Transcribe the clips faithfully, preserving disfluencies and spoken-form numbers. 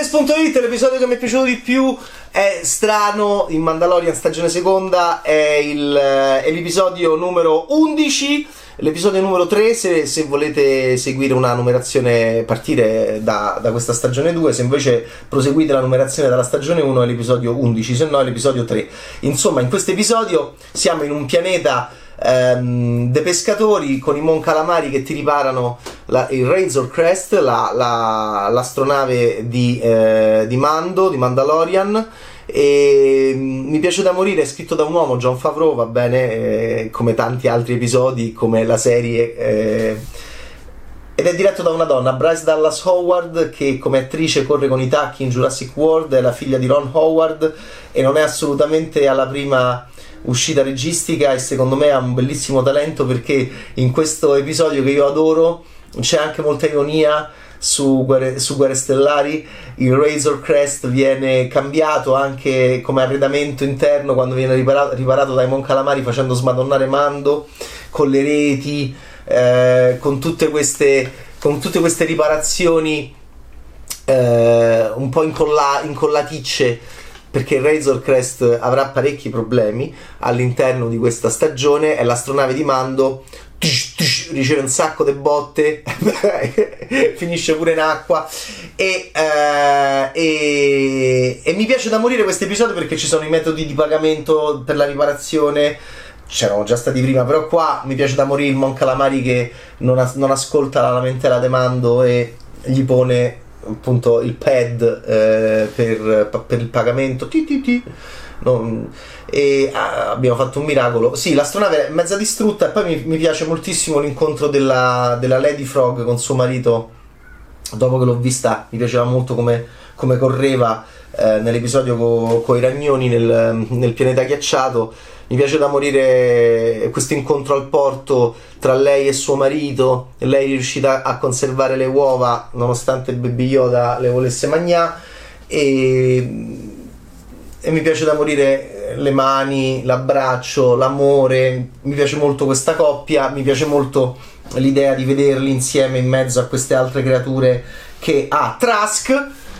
Fantascienza punto it, l'episodio che mi è piaciuto di più è strano, in Mandalorian stagione seconda, è, il, è l'episodio numero undici, l'episodio numero tre, se, se volete seguire una numerazione, partire da, da questa stagione due, se invece proseguite la numerazione dalla stagione uno è l'episodio undici, se no è l'episodio tre. Insomma, in questo episodio siamo in un pianeta Um, dei pescatori con i Mon Calamari che ti riparano la, il Razor Crest, la, la, l'astronave di, eh, di Mando, di Mandalorian, e um, mi piace da morire, è scritto da un uomo, Jon Favreau, va bene, eh, come tanti altri episodi, come la serie, eh, ed è diretto da una donna, Bryce Dallas Howard, che come attrice corre con i tacchi in Jurassic World, è la figlia di Ron Howard e non è assolutamente alla prima uscita registica, e secondo me ha un bellissimo talento, perché in questo episodio che io adoro c'è anche molta ironia su Guerre, su Guerre Stellari. Il Razor Crest viene cambiato anche come arredamento interno quando viene riparato, riparato dai Mon Calamari, facendo smadonnare Mando con le reti, eh, con tutte queste con tutte queste riparazioni eh, un po' incolla, incollaticce, perché il Razor Crest avrà parecchi problemi all'interno di questa stagione. È l'astronave di Mando, tush, tush, riceve un sacco di botte, finisce pure in acqua, e, eh, e, e mi piace da morire questo episodio perché ci sono i metodi di pagamento per la riparazione, c'erano già stati prima, però qua mi piace da morire il Mon Calamari che non, as- non ascolta la lamentela di Mando e gli pone appunto il pad eh, per, per il pagamento, ti, ti, ti. Non, e ah, abbiamo fatto un miracolo. Sì, l'astronave è mezza distrutta, e poi mi, mi piace moltissimo l'incontro della, della Lady Frog con suo marito. Dopo che l'ho vista mi piaceva molto come, come correva eh, nell'episodio con co i ragnoni nel, nel pianeta ghiacciato. Mi piace da morire questo incontro al porto tra lei e suo marito. Lei è riuscita a conservare le uova nonostante Baby Yoda le volesse mangiare, e, e mi piace da morire le mani, l'abbraccio, l'amore. Mi piace molto questa coppia, mi piace molto l'idea di vederli insieme in mezzo a queste altre creature che a ah, Trask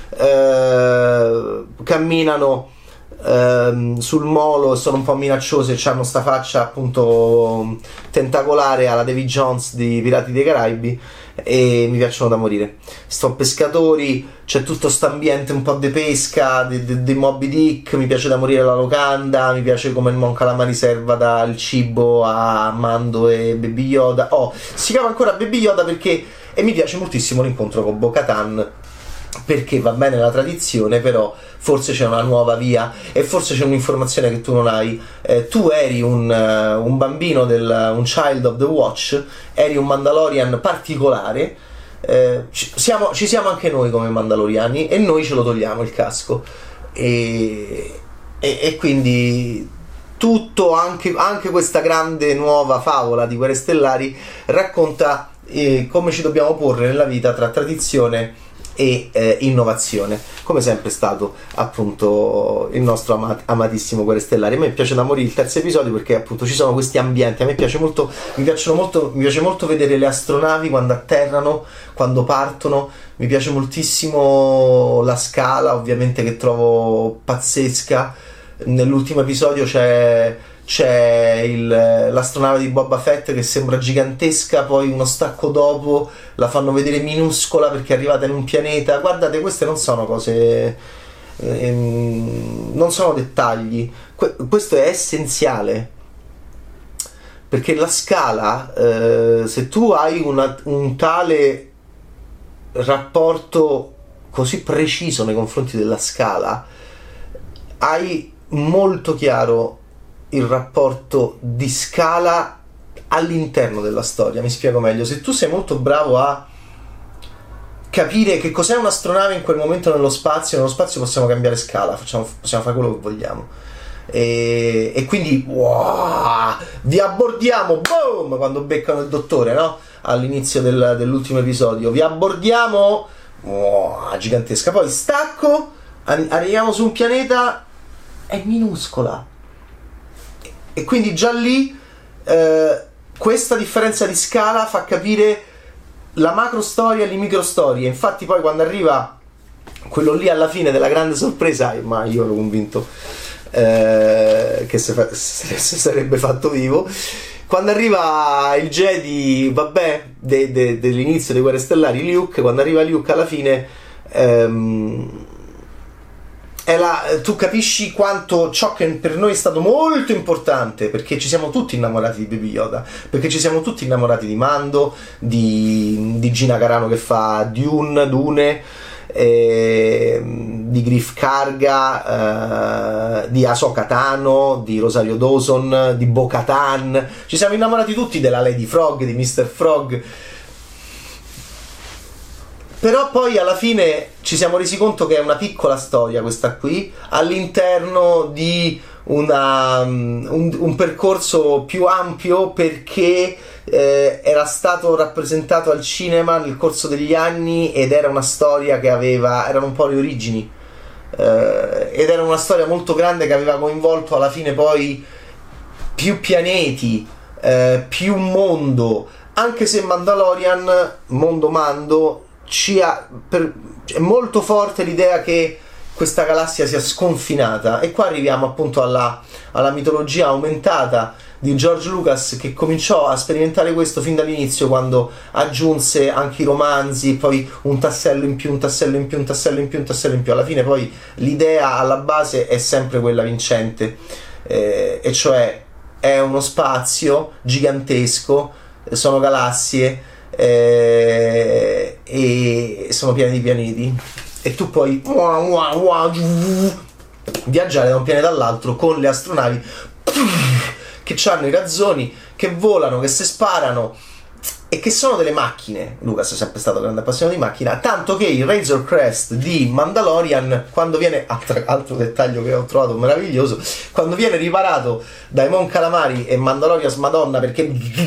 eh, camminano Uh, sul molo, sono un po' minacciose e hanno sta faccia appunto tentacolare alla Davy Jones di Pirati dei Caraibi, e mi piacciono da morire. Sto pescatori, c'è tutto st'ambiente un po' di pesca, di, di, di Moby Dick. Mi piace da morire la locanda, mi piace come il Mon Calamari serva dal cibo a Mando e Baby Yoda. Oh, si chiama ancora Baby Yoda perché, e mi piace moltissimo l'incontro con Bo-Katan, perché va bene la tradizione, però forse c'è una nuova via e forse c'è un'informazione che tu non hai. Eh, tu eri un, uh, un bambino, del, un child of the watch, eri un Mandalorian particolare, eh, ci, siamo, ci siamo anche noi come Mandaloriani, e noi ce lo togliamo il casco, e, e, e quindi tutto, anche, anche questa grande nuova favola di Guerre Stellari racconta eh, come ci dobbiamo porre nella vita tra tradizione e eh, innovazione, come sempre è stato appunto il nostro amat- amatissimo Guerre Stellari. A me piace da morire il terzo episodio perché appunto ci sono questi ambienti. A me piace molto, mi piacciono molto, mi piace molto vedere le astronavi quando atterrano, quando partono. Mi piace moltissimo la scala, ovviamente, che trovo pazzesca. Nell'ultimo episodio c'è c'è il, l'astronave di Boba Fett che sembra gigantesca, poi uno stacco dopo la fanno vedere minuscola perché è arrivata in un pianeta. Guardate, queste non sono cose, ehm, non sono dettagli, que- questo è essenziale, perché la scala, eh, se tu hai una, un tale rapporto così preciso nei confronti della scala, hai molto chiaro il rapporto di scala all'interno della storia. Mi spiego meglio: se tu sei molto bravo a capire che cos'è un'astronave in quel momento nello spazio, nello spazio possiamo cambiare scala, facciamo, possiamo fare quello che vogliamo, e, e quindi wow, vi abbordiamo, boom, quando beccano il dottore, no? All'inizio del, dell'ultimo episodio, vi abbordiamo, wow, gigantesca, poi stacco, arriviamo su un pianeta, è minuscola. E quindi già lì eh, questa differenza di scala fa capire la macro storia e le micro storie. Infatti poi quando arriva quello lì alla fine della grande sorpresa, ma io ero convinto eh, che se, se, se sarebbe fatto vivo. Quando arriva il Jedi, vabbè, de, de, dell'inizio dei Guerre Stellari, Luke, quando arriva Luke alla fine, ehm, è la, tu capisci quanto ciò che per noi è stato molto importante, perché ci siamo tutti innamorati di Baby Yoda, perché ci siamo tutti innamorati di Mando, di, di Gina Carano che fa Dune, Dune, eh, di Griff Karga, eh, di Ahsoka Tano, di Rosario Dawson, di Bo-Katan. Ci siamo innamorati tutti della Lady Frog, di mister Frog. Però poi alla fine ci siamo resi conto che è una piccola storia questa qui, all'interno di una, un, un percorso più ampio, perché eh, era stato rappresentato al cinema nel corso degli anni ed era una storia che aveva, erano un po' le origini, eh, ed era una storia molto grande che aveva coinvolto alla fine poi più pianeti, eh, più mondo, anche se Mandalorian, mondo Mando, Ci ha, per, è molto forte l'idea che questa galassia sia sconfinata, e qua arriviamo appunto alla, alla mitologia aumentata di George Lucas, che cominciò a sperimentare questo fin dall'inizio, quando aggiunse anche i romanzi, poi un tassello in più, un tassello in più, un tassello in più, un tassello in più. Alla fine poi l'idea alla base è sempre quella vincente, eh, e cioè è uno spazio gigantesco, sono galassie, Eh, e sono pieni di pianeti, e tu puoi viaggiare da un pianeta all'altro con le astronavi che hanno i razzoni, che volano, che si sparano e che sono delle macchine. Lucas è sempre stato grande appassionato di macchina, tanto che il Razor Crest di Mandalorian, quando viene, altro, altro dettaglio che ho trovato meraviglioso, quando viene riparato dai Mon Calamari e Mandalorian Madonna, perché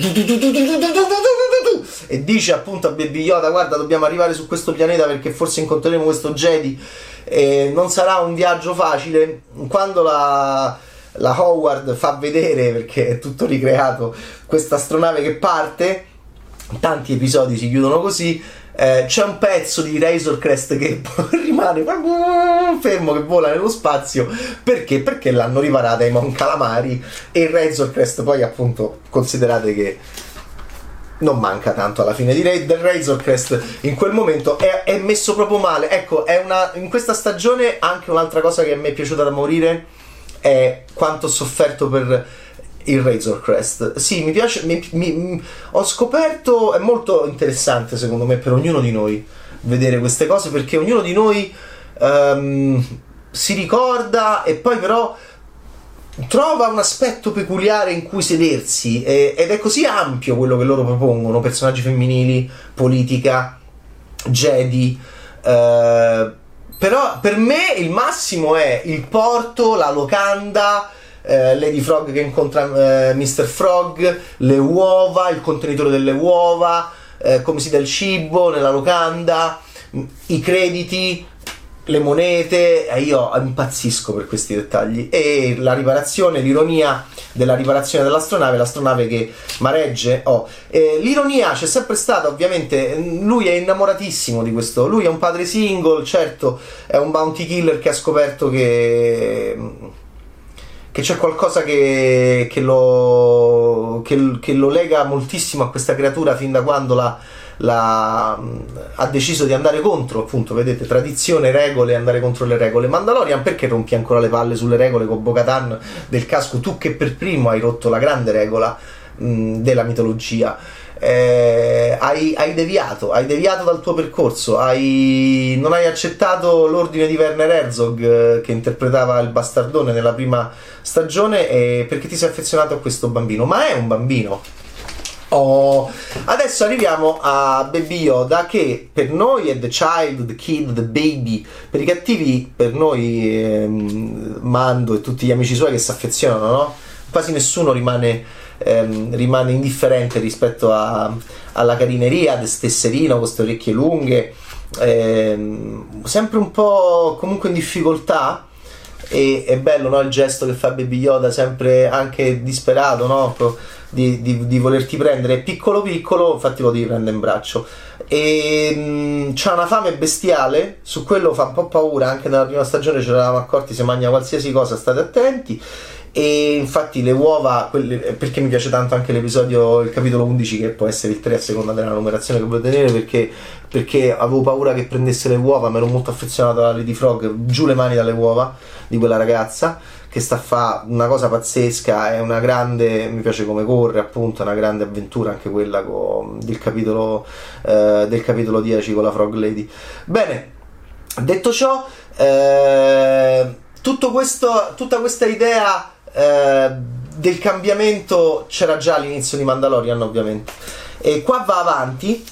e dice appunto a Baby Yoda: guarda, dobbiamo arrivare su questo pianeta perché forse incontreremo questo Jedi e non sarà un viaggio facile. Quando la, la Howard fa vedere, perché è tutto ricreato, questa astronave che parte, tanti episodi si chiudono così, eh, c'è un pezzo di Razor Crest che rimane fermo, che vola nello spazio, perché? Perché l'hanno riparata ai Mon Calamari, e il Razor Crest poi appunto, considerate che non manca tanto alla fine di Ray, del Razor Crest in quel momento è, è messo proprio male. Ecco, è una, in questa stagione anche un'altra cosa che a me è piaciuta da morire è quanto ho sofferto per il Razor Crest. Sì, mi piace, mi, mi, ho scoperto, è molto interessante secondo me per ognuno di noi vedere queste cose, perché ognuno di noi um, si ricorda e poi però trova un aspetto peculiare in cui sedersi, eh, ed è così ampio quello che loro propongono: personaggi femminili, politica, Jedi, eh, però per me il massimo è il porto, la locanda, eh, Lady Frog che incontra eh, mister Frog, le uova, il contenitore delle uova, eh, come si dà il cibo nella locanda, i crediti, le monete, e io impazzisco per questi dettagli. E la riparazione, l'ironia della riparazione dell'astronave, l'astronave che maregge, oh. E l'ironia c'è sempre stata, ovviamente. Lui è innamoratissimo di questo, lui è un padre single, certo, è un bounty killer che ha scoperto che che c'è qualcosa che, che, lo, che, che lo lega moltissimo a questa creatura fin da quando la La, ha deciso di andare contro, appunto, vedete, tradizione, regole, andare contro le regole. Mandalorian, perché rompi ancora le palle sulle regole con Bo-Katan del casco, tu che per primo hai rotto la grande regola mh, della mitologia? Eh, hai, hai deviato, hai deviato dal tuo percorso, hai, non hai accettato l'ordine di Werner Herzog, eh, che interpretava il bastardone nella prima stagione, eh, perché ti sei affezionato a questo bambino, ma è un bambino. Oh. Adesso arriviamo a Baby Yoda, che per noi è the child, the kid, the baby. Per i cattivi, per noi ehm, Mando e tutti gli amici suoi che si affezionano, no? Quasi nessuno rimane, ehm, rimane indifferente rispetto a, alla carineria del stesserino con queste orecchie lunghe, ehm, sempre un po' comunque in difficoltà. E è bello, no, il gesto che fa Baby Yoda, sempre anche disperato, no? Di, di, di volerti prendere piccolo piccolo, infatti lo devi prendere in braccio. e mh, c'ha una fame bestiale, su quello fa un po' paura. Anche nella prima stagione ce l'avevamo accorti, se mangia qualsiasi cosa state attenti. E infatti le uova, quelle, perché mi piace tanto anche l'episodio, il capitolo undici, che può essere il tre a seconda della numerazione che volete tenere, perché, perché avevo paura che prendesse le uova, ma ero molto affezionato alla Lady Frog, giù le mani dalle uova di quella ragazza che sta a fa una cosa pazzesca. È una grande, mi piace come corre, appunto, è una grande avventura anche quella con, del capitolo eh, del capitolo dieci con la Frog Lady. Bene, detto ciò, eh, tutto questo, tutta questa idea eh, del cambiamento c'era già all'inizio di Mandalorian, ovviamente, e qua va avanti.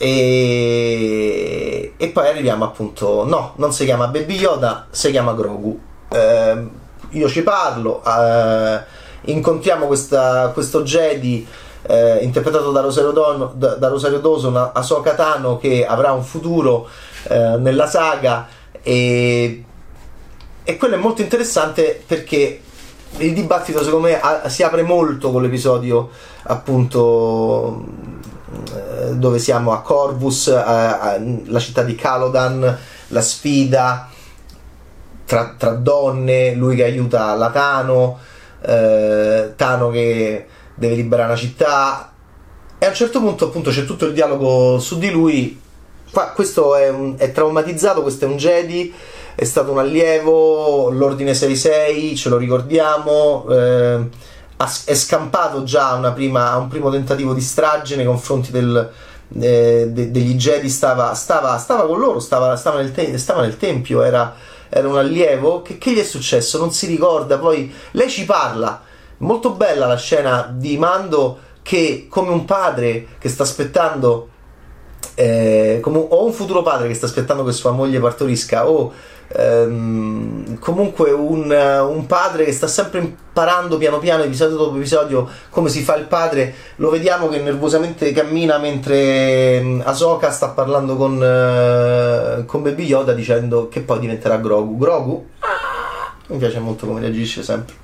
E, e poi arriviamo appunto, no, non si chiama Baby Yoda, si chiama Grogu. Eh, io ci parlo, eh, incontriamo questa, questo Jedi eh, interpretato da Rosario, Don, da, da Rosario Dawson, Ahsoka Tano, che avrà un futuro eh, nella saga, e, e quello è molto interessante perché il dibattito secondo me a, si apre molto con l'episodio appunto eh, dove siamo a Corvus, a, a, la città di Calodan, la sfida Tra, tra donne, lui che aiuta la Tano, eh, Tano che deve liberare una città, e a un certo punto appunto c'è tutto il dialogo su di lui. Qua questo è, un, è traumatizzato, questo è un Jedi, è stato un allievo, l'ordine sei sei, ce lo ricordiamo, eh, è scampato già a, una prima, a un primo tentativo di strage nei confronti del, eh, de, degli Jedi, stava, stava, stava con loro, stava, stava, nel te, stava nel tempio, era era un allievo. Che, che gli è successo? Non si ricorda. Poi lei ci parla, molto bella la scena di Mando che, come un padre che sta aspettando eh, come, o un futuro padre che sta aspettando che sua moglie partorisca, o ehm, comunque un, un padre che sta sempre imparando piano piano, episodio dopo episodio, come si fa il padre. Lo vediamo che nervosamente cammina mentre Ahsoka sta parlando con, uh, con Baby Yoda, dicendo che poi diventerà Grogu. Grogu? Ah, mi piace molto come reagisce sempre.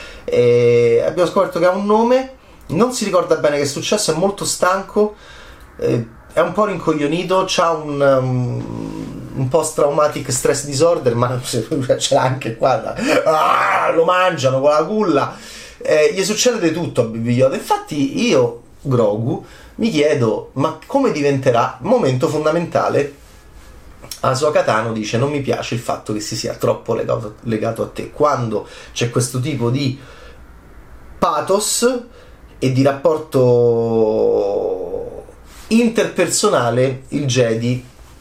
E abbiamo scoperto che ha un nome, non si ricorda bene che è successo, è molto stanco, eh, è un po' rincoglionito, c'ha un, um, un post-traumatic stress disorder, ma ce l'ha anche qua, ah, lo mangiano con la culla, eh, gli succede di tutto a Baby Yoda. Infatti io, Grogu, mi chiedo, ma come diventerà? Momento fondamentale, Ahsoka Tano dice: non mi piace il fatto che si sia troppo legato, legato a te. Quando c'è questo tipo di pathos e di rapporto interpersonale, il Jedi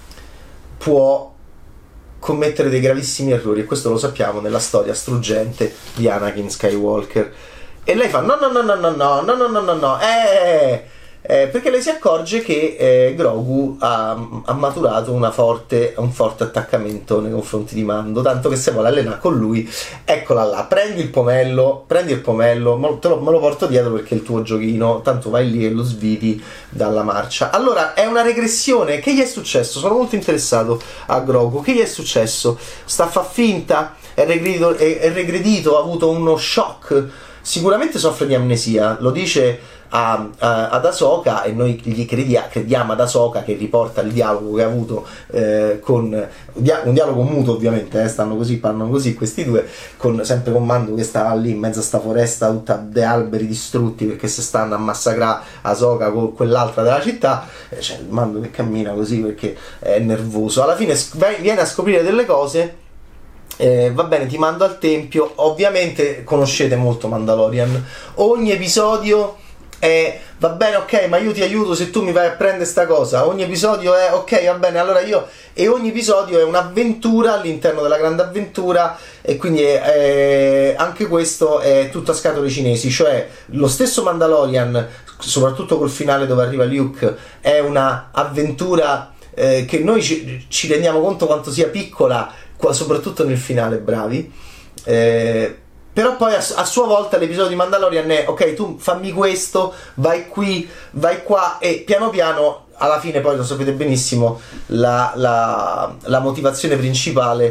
può commettere dei gravissimi errori, e questo lo sappiamo nella storia struggente di Anakin Skywalker. E lei fa no no no no no no no no no no no eh, eh, perché lei si accorge che eh, Grogu ha, ha maturato una forte, un forte attaccamento nei confronti di Mando, tanto che se vuole allenare con lui, eccola là, prendi il pomello, prendi il pomello, me lo, me lo porto dietro perché è il tuo giochino, tanto vai lì e lo sviti dalla marcia. Allora è una regressione. Che gli è successo? Sono molto interessato a Grogu. Che gli è successo? Sta a fa finta? È regredito, è, è regredito, ha avuto uno shock, sicuramente soffre di amnesia, lo dice A, a, ad Ahsoka, e noi gli credia, crediamo ad Ahsoka, che riporta il dialogo che ha avuto eh, con un dialogo muto, ovviamente, eh, stanno così, parlano così questi due, con, sempre con Mando che stava lì in mezzo a sta foresta tutta de alberi distrutti perché si stanno a massacrare Ahsoka con quell'altra della città, eh, c'è il Mando che cammina così perché è nervoso. Alla fine viene a scoprire delle cose. Eh, va bene, ti mando al tempio. Ovviamente conoscete molto Mandalorian, ogni episodio è va bene, ok, ma io ti aiuto se tu mi vai a prendere sta cosa. Ogni episodio è ok, va bene, allora io, e ogni episodio è un'avventura all'interno della grande avventura, e quindi è, è, anche questo è tutto a scatole cinesi, cioè lo stesso Mandalorian, soprattutto col finale dove arriva Luke, è una avventura eh, che noi ci, ci rendiamo conto quanto sia piccola, soprattutto nel finale, bravi, eh, però poi a, a sua volta l'episodio di Mandalorian è ok, tu fammi questo, vai qui, vai qua, e piano piano alla fine, poi lo sapete benissimo, la, la, la motivazione principale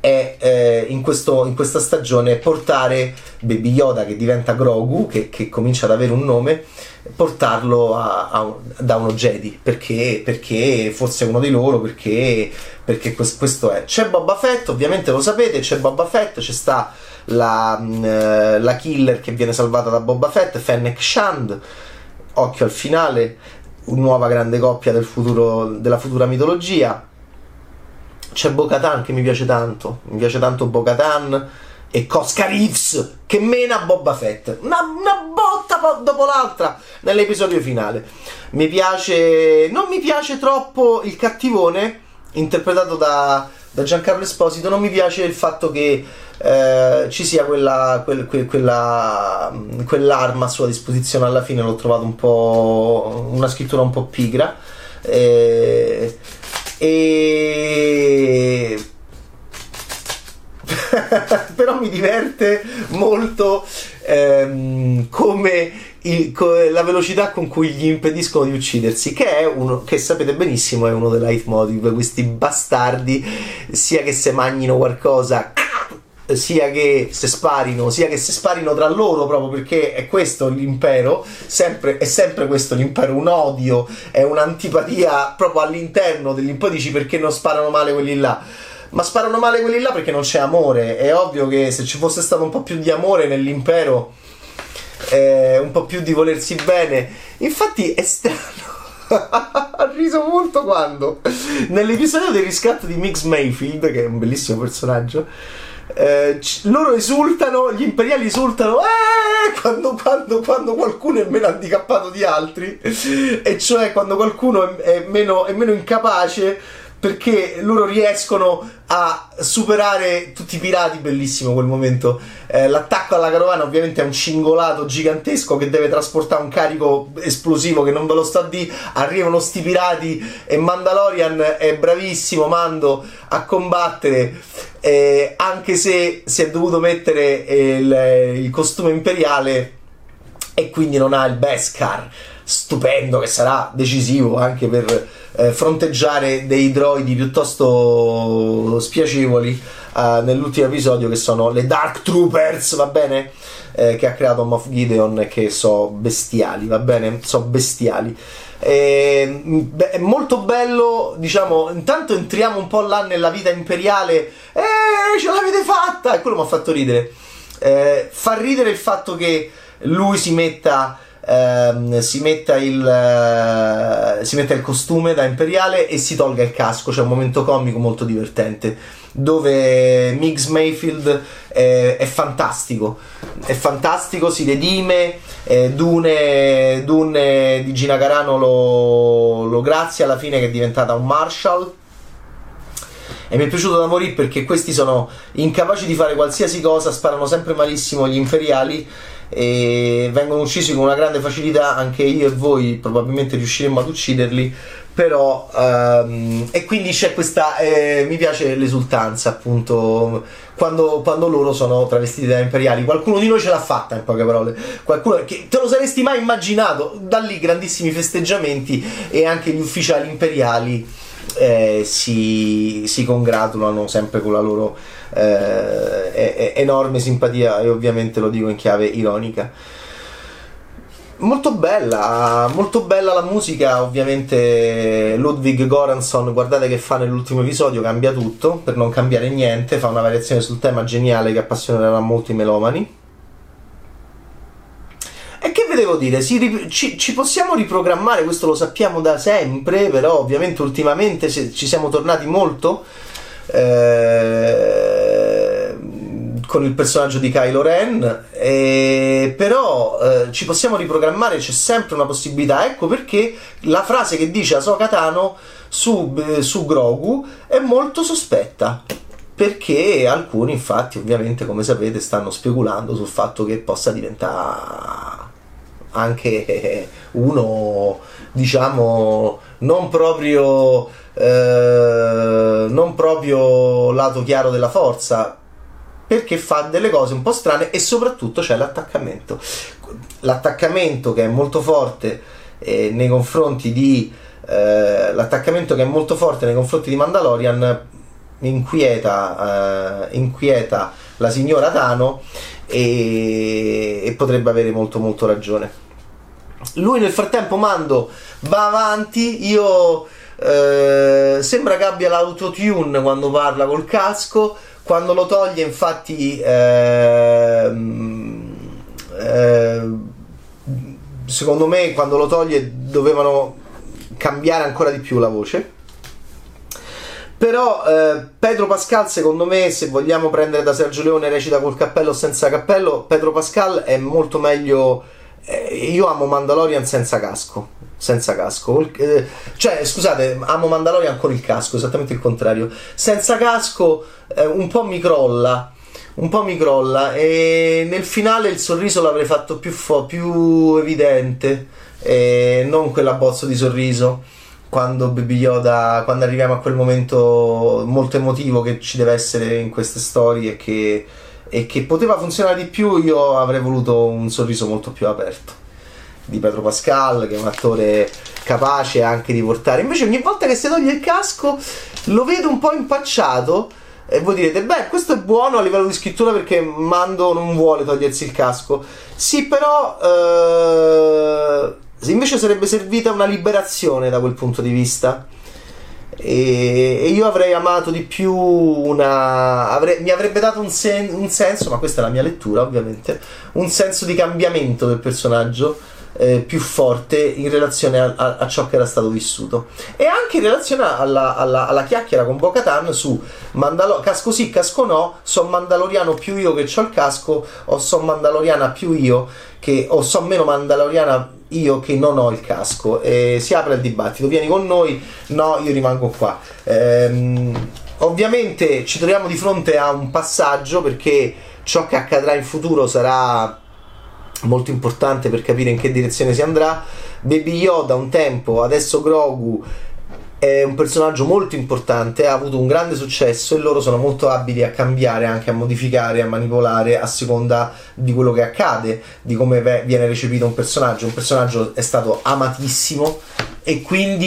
è eh, in, questo, in questa stagione portare Baby Yoda, che diventa Grogu, che, che comincia ad avere un nome, portarlo a, a, da uno Jedi, perché, perché forse è uno di loro, perché, perché questo è. C'è Boba Fett, ovviamente lo sapete, c'è Boba Fett, c'è sta la, uh, la killer che viene salvata da Boba Fett, Fennec Shand, occhio al finale, nuova grande coppia del futuro, della futura mitologia. C'è Bo-Katan che mi piace tanto, mi piace tanto Bo-Katan, e Koska Reeves che mena Boba Fett, una, una botta dopo l'altra nell'episodio finale. Mi piace, non mi piace troppo il cattivone interpretato da, da Giancarlo Esposito, non mi piace il fatto che eh, ci sia quella, quel, que, quella quell'arma a sua disposizione alla fine. L'ho trovato un po' una scrittura un po' pigra, eh, e però mi diverte molto ehm, come il, co, la velocità con cui gli impediscono di uccidersi, che è uno che sapete benissimo è uno dei leitmotiv, questi bastardi, sia che se magnino qualcosa, sia che se sparino, sia che se sparino tra loro, proprio perché è questo l'impero, sempre, è sempre questo l'impero, un odio, è un'antipatia proprio all'interno degli impedici, perché non sparano male quelli là. Ma sparano male quelli là perché non c'è amore. È ovvio che se ci fosse stato un po' più di amore nell'impero, eh, un po' più di volersi bene. Infatti è strano. Ho riso molto quando nell'episodio del riscatto di Mix Mayfield, che è un bellissimo personaggio, eh, c- loro esultano, gli imperiali esultano eh, quando, quando, quando qualcuno è meno handicappato di altri, e cioè quando qualcuno è, è, meno, è meno incapace, perché loro riescono a superare tutti i pirati. Bellissimo quel momento. Eh, l'attacco alla carovana ovviamente è un cingolato gigantesco che deve trasportare un carico esplosivo che non ve lo sto a dire. Arrivano sti pirati e Mandalorian è bravissimo, Mando, a combattere, eh, anche se si è dovuto mettere il, il costume imperiale e quindi non ha il Beskar stupendo, che sarà decisivo anche per eh, fronteggiare dei droidi piuttosto spiacevoli eh, nell'ultimo episodio, che sono le Dark Troopers, va bene? Eh, che ha creato Moff Gideon, che so bestiali, va bene? So bestiali. E, beh, è molto bello, diciamo, intanto entriamo un po' là nella vita imperiale, eh, ce l'avete fatta! E quello mi ha fatto ridere. Eh, fa ridere il fatto che lui si metta Uh, si metta il uh, si metta il costume da imperiale e si tolga il casco. C'è un momento comico molto divertente dove Mix Mayfield è, è fantastico è fantastico si redime, eh, Dune, Dune di Gina Carano lo, lo grazia alla fine, che è diventata un Marshall, e mi è piaciuto da morire perché questi sono incapaci di fare qualsiasi cosa, sparano sempre malissimo gli imperiali e vengono uccisi con una grande facilità. Anche io e voi probabilmente riusciremmo ad ucciderli, però um, e quindi c'è questa eh, mi piace l'esultanza, appunto, quando, quando loro sono travestiti da imperiali. Qualcuno di noi ce l'ha fatta, in poche parole, qualcuno che te lo saresti mai immaginato. Da lì grandissimi festeggiamenti, e anche gli ufficiali imperiali Eh, si, si congratulano sempre con la loro eh, eh, enorme simpatia, e ovviamente lo dico in chiave ironica. Molto bella, molto bella la musica, ovviamente Ludwig Göransson, guardate che fa nell'ultimo episodio, cambia tutto per non cambiare niente, fa una variazione sul tema geniale che appassionerà molto i melomani. E che ve devo dire, si, ci, ci possiamo riprogrammare, questo lo sappiamo da sempre, però ovviamente ultimamente se, ci siamo tornati molto eh, con il personaggio di Kylo Ren, eh, però eh, ci possiamo riprogrammare, c'è sempre una possibilità. Ecco perché la frase che dice Ahsoka Tano su, eh, su Grogu è molto sospetta, perché alcuni infatti ovviamente, come sapete, stanno speculando sul fatto che possa diventare anche uno, diciamo, non proprio eh, non proprio lato chiaro della forza, perché fa delle cose un po' strane, e soprattutto c'è l'attaccamento l'attaccamento che è molto forte eh, nei confronti di eh, l'attaccamento che è molto forte nei confronti di Mandalorian, inquieta, eh, inquieta la signora Tano e, e potrebbe avere molto molto ragione. Lui nel frattempo, Mando, va avanti. Io eh, sembra che abbia l'autotune quando parla col casco. Quando lo toglie, infatti, eh, eh, secondo me quando lo toglie dovevano cambiare ancora di più la voce. Però eh, Pedro Pascal, secondo me, se vogliamo prendere da Sergio Leone recita col cappello o senza cappello, Pedro Pascal è molto meglio. eh, io amo Mandalorian senza casco, senza casco, eh, cioè scusate, amo Mandalorian con il casco, esattamente il contrario. Senza casco eh, un po' mi crolla, un po' mi crolla, e nel finale il sorriso l'avrei fatto più, fo- più evidente, e non quell'abbozzo di sorriso quando Baby Yoda, quando arriviamo a quel momento molto emotivo che ci deve essere in queste storie, e che, e che poteva funzionare di più. Io avrei voluto un sorriso molto più aperto di Pedro Pascal, che è un attore capace anche di portare. Invece ogni volta che si toglie il casco lo vedo un po' impacciato, e voi direte, beh, questo è buono a livello di scrittura perché Mando non vuole togliersi il casco. Sì, però eh, invece sarebbe servita una liberazione da quel punto di vista, e, e io avrei amato di più una avrei, mi avrebbe dato un, sen, un senso, ma questa è la mia lettura ovviamente, un senso di cambiamento del personaggio eh, più forte in relazione a, a, a ciò che era stato vissuto, e anche in relazione alla, alla, alla chiacchiera con Bo-Katan su Mandalo- casco sì, casco no, so mandaloriano più io che c'ho il casco, o so mandaloriana più io che, o so meno mandaloriana io che non ho il casco. E si apre il dibattito, vieni con noi, no, io rimango qua. Ehm, ovviamente ci troviamo di fronte a un passaggio, perché ciò che accadrà in futuro sarà molto importante per capire in che direzione si andrà. Baby Yoda un tempo, adesso Grogu, è un personaggio molto importante, ha avuto un grande successo, e loro sono molto abili a cambiare, anche a modificare, a manipolare a seconda di quello che accade, di come viene recepito un personaggio. Un personaggio è stato amatissimo, e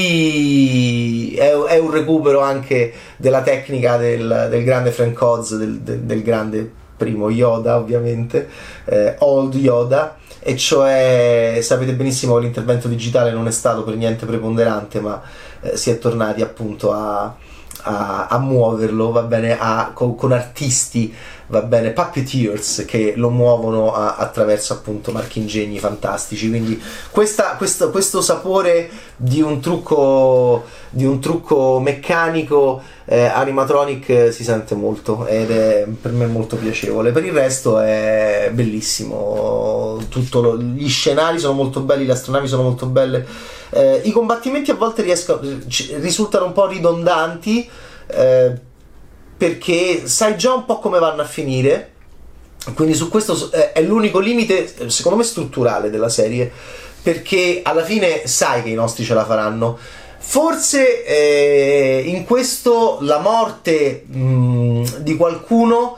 quindi è, è un recupero anche della tecnica del, del grande Frank Oz, del, del, del grande primo Yoda, ovviamente, eh, Old Yoda. E cioè, sapete benissimo che l'intervento digitale non è stato per niente preponderante, ma eh, si è tornati appunto a, a, a muoverlo, va bene, a, con, con artisti, va bene, puppeteers, che lo muovono a, attraverso appunto marchingegni fantastici. Quindi questa, questo, questo sapore di un trucco, di un trucco meccanico eh, animatronic eh, si sente molto, ed è per me molto piacevole. Per il resto è bellissimo, tutto lo, gli scenari sono molto belli, le astronavi sono molto belle, eh, i combattimenti a volte riescono, risultano un po' ridondanti, eh, perché sai già un po' come vanno a finire, quindi su questo eh, è l'unico limite secondo me strutturale della serie, perché alla fine sai che i nostri ce la faranno. Forse eh, in questo la morte mh, di qualcuno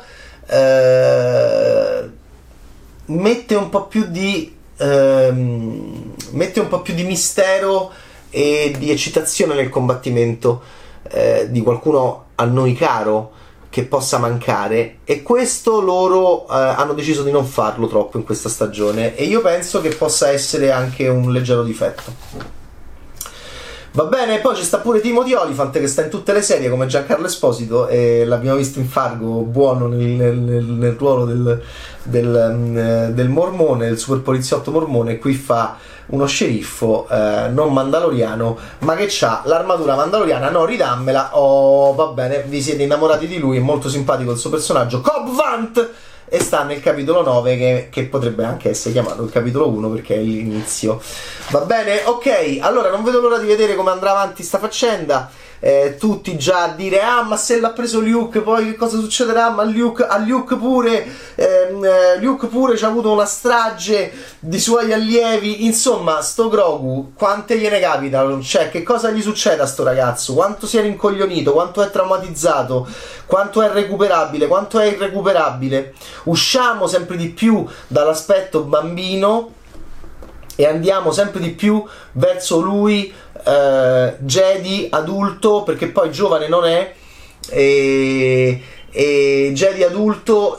eh, mette un po' più di eh, mette un po' più di mistero e di eccitazione nel combattimento eh, di qualcuno a noi caro che possa mancare, e questo loro eh, hanno deciso di non farlo troppo in questa stagione, e io penso che possa essere anche un leggero difetto. Va bene, poi ci sta pure Timothy Olyphant, che sta in tutte le serie come Giancarlo Esposito, e l'abbiamo visto in Fargo buono nel, nel, nel ruolo del, del, del mormone, del super poliziotto mormone, e qui fa uno sceriffo eh, non mandaloriano, ma che ha l'armatura mandaloriana. No, ridammela. Oh, va bene, vi siete innamorati di lui, è molto simpatico il suo personaggio, Cobb Vanth, e sta nel capitolo nove, che, che potrebbe anche essere chiamato il capitolo uno perché è l'inizio. Va bene? Ok, allora non vedo l'ora di vedere come andrà avanti sta faccenda. Eh, tutti già a dire ah, ma se l'ha preso Luke poi che cosa succederà? Ma Luke, a Luke pure ehm, eh, Luke pure c'ha avuto una strage di suoi allievi. Insomma, sto Grogu quante gliene capitano? Cioè, che cosa gli succede a sto ragazzo? Quanto si è rincoglionito? Quanto è traumatizzato? Quanto è recuperabile? Quanto è irrecuperabile? Usciamo sempre di più dall'aspetto bambino e andiamo sempre di più verso lui Uh, Jedi adulto, perché poi giovane non è, e, e Jedi adulto,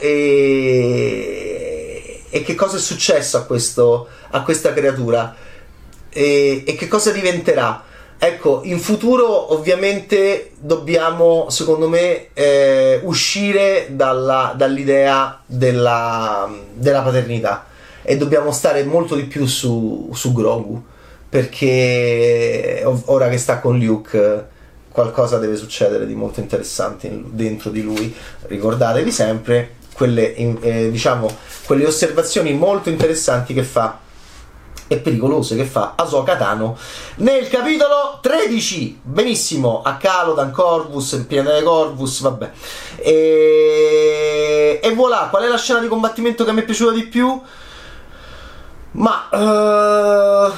e, e che cosa è successo a, questo, a questa creatura e, e che cosa diventerà. Ecco, in futuro ovviamente dobbiamo, secondo me, eh, uscire dalla, dall'idea della, della paternità e dobbiamo stare molto di più su, su Grogu, perché ora che sta con Luke qualcosa deve succedere di molto interessante dentro di lui. Ricordatevi sempre quelle, eh, diciamo, quelle osservazioni molto interessanti che fa e pericolose che fa Ahsoka Tano nel capitolo tredici. Benissimo, a Calodan, Corvus, il pianeta di Corvus, vabbè. E, e voilà, qual è la scena di combattimento che mi è piaciuta di più? Ma uh...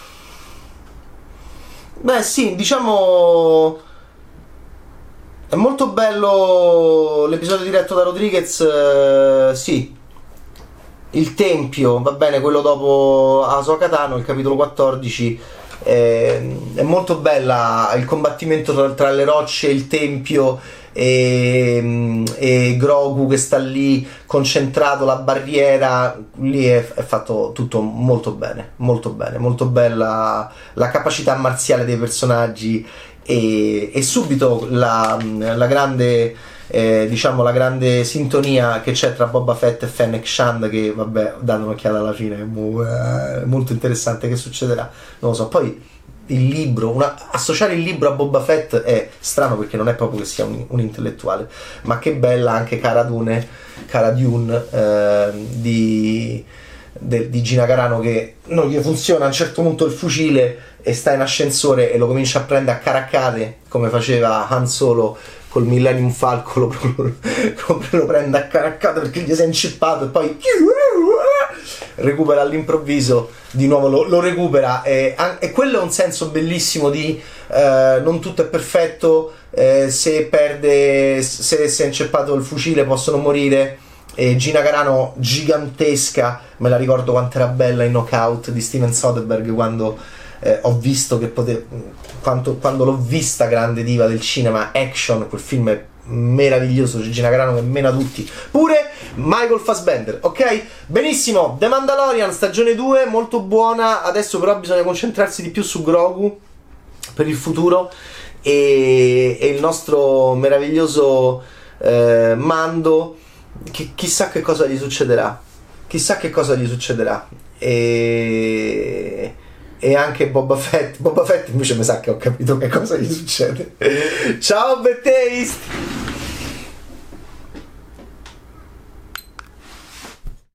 beh sì, diciamo è molto bello l'episodio diretto da Rodriguez, uh, sì. Il tempio, va bene, quello dopo Ahsoka Tano, il capitolo quattordici, eh, è molto bella il combattimento tra, tra le rocce, il tempio e, e Grogu che sta lì concentrato, la barriera, lì è, è fatto tutto molto bene, molto bene, molto bella la capacità marziale dei personaggi e, e subito la, la grande... Eh, diciamo la grande sintonia che c'è tra Boba Fett e Fennec Shand, che vabbè, date un'occhiata alla fine, è mo- eh, molto interessante che succederà, non lo so. Poi il libro, una, associare il libro a Boba Fett è strano perché non è proprio che sia un, un intellettuale, ma che bella anche Cara Dune, Cara Dune eh, di, de, di Gina Carano, che non gli funziona a un certo punto il fucile e sta in ascensore e lo comincia a prendere a caraccate come faceva Han Solo col Millennium Falcon, lo, lo, lo prende a caraccate perché gli si è incippato e poi recupera all'improvviso, di nuovo lo, lo recupera e, e quello è un senso bellissimo di eh, non tutto è perfetto, eh, se perde, se si è inceppato il fucile possono morire. E Gina Carano gigantesca, me la ricordo quanto era bella in Knockout di Steven Soderbergh, quando eh, ho visto che poteva, quanto, quando l'ho vista grande diva del cinema action, quel film è meraviglioso, c'è Gina Carano che mena tutti, pure Michael Fassbender, ok? Benissimo, The Mandalorian stagione due, molto buona, adesso però bisogna concentrarsi di più su Grogu per il futuro e, e il nostro meraviglioso eh, Mando, che chissà che cosa gli succederà, chissà che cosa gli succederà e... e anche Boba Fett. Boba Fett invece mi sa che ho capito che cosa gli succede. Ciao Bad Taste!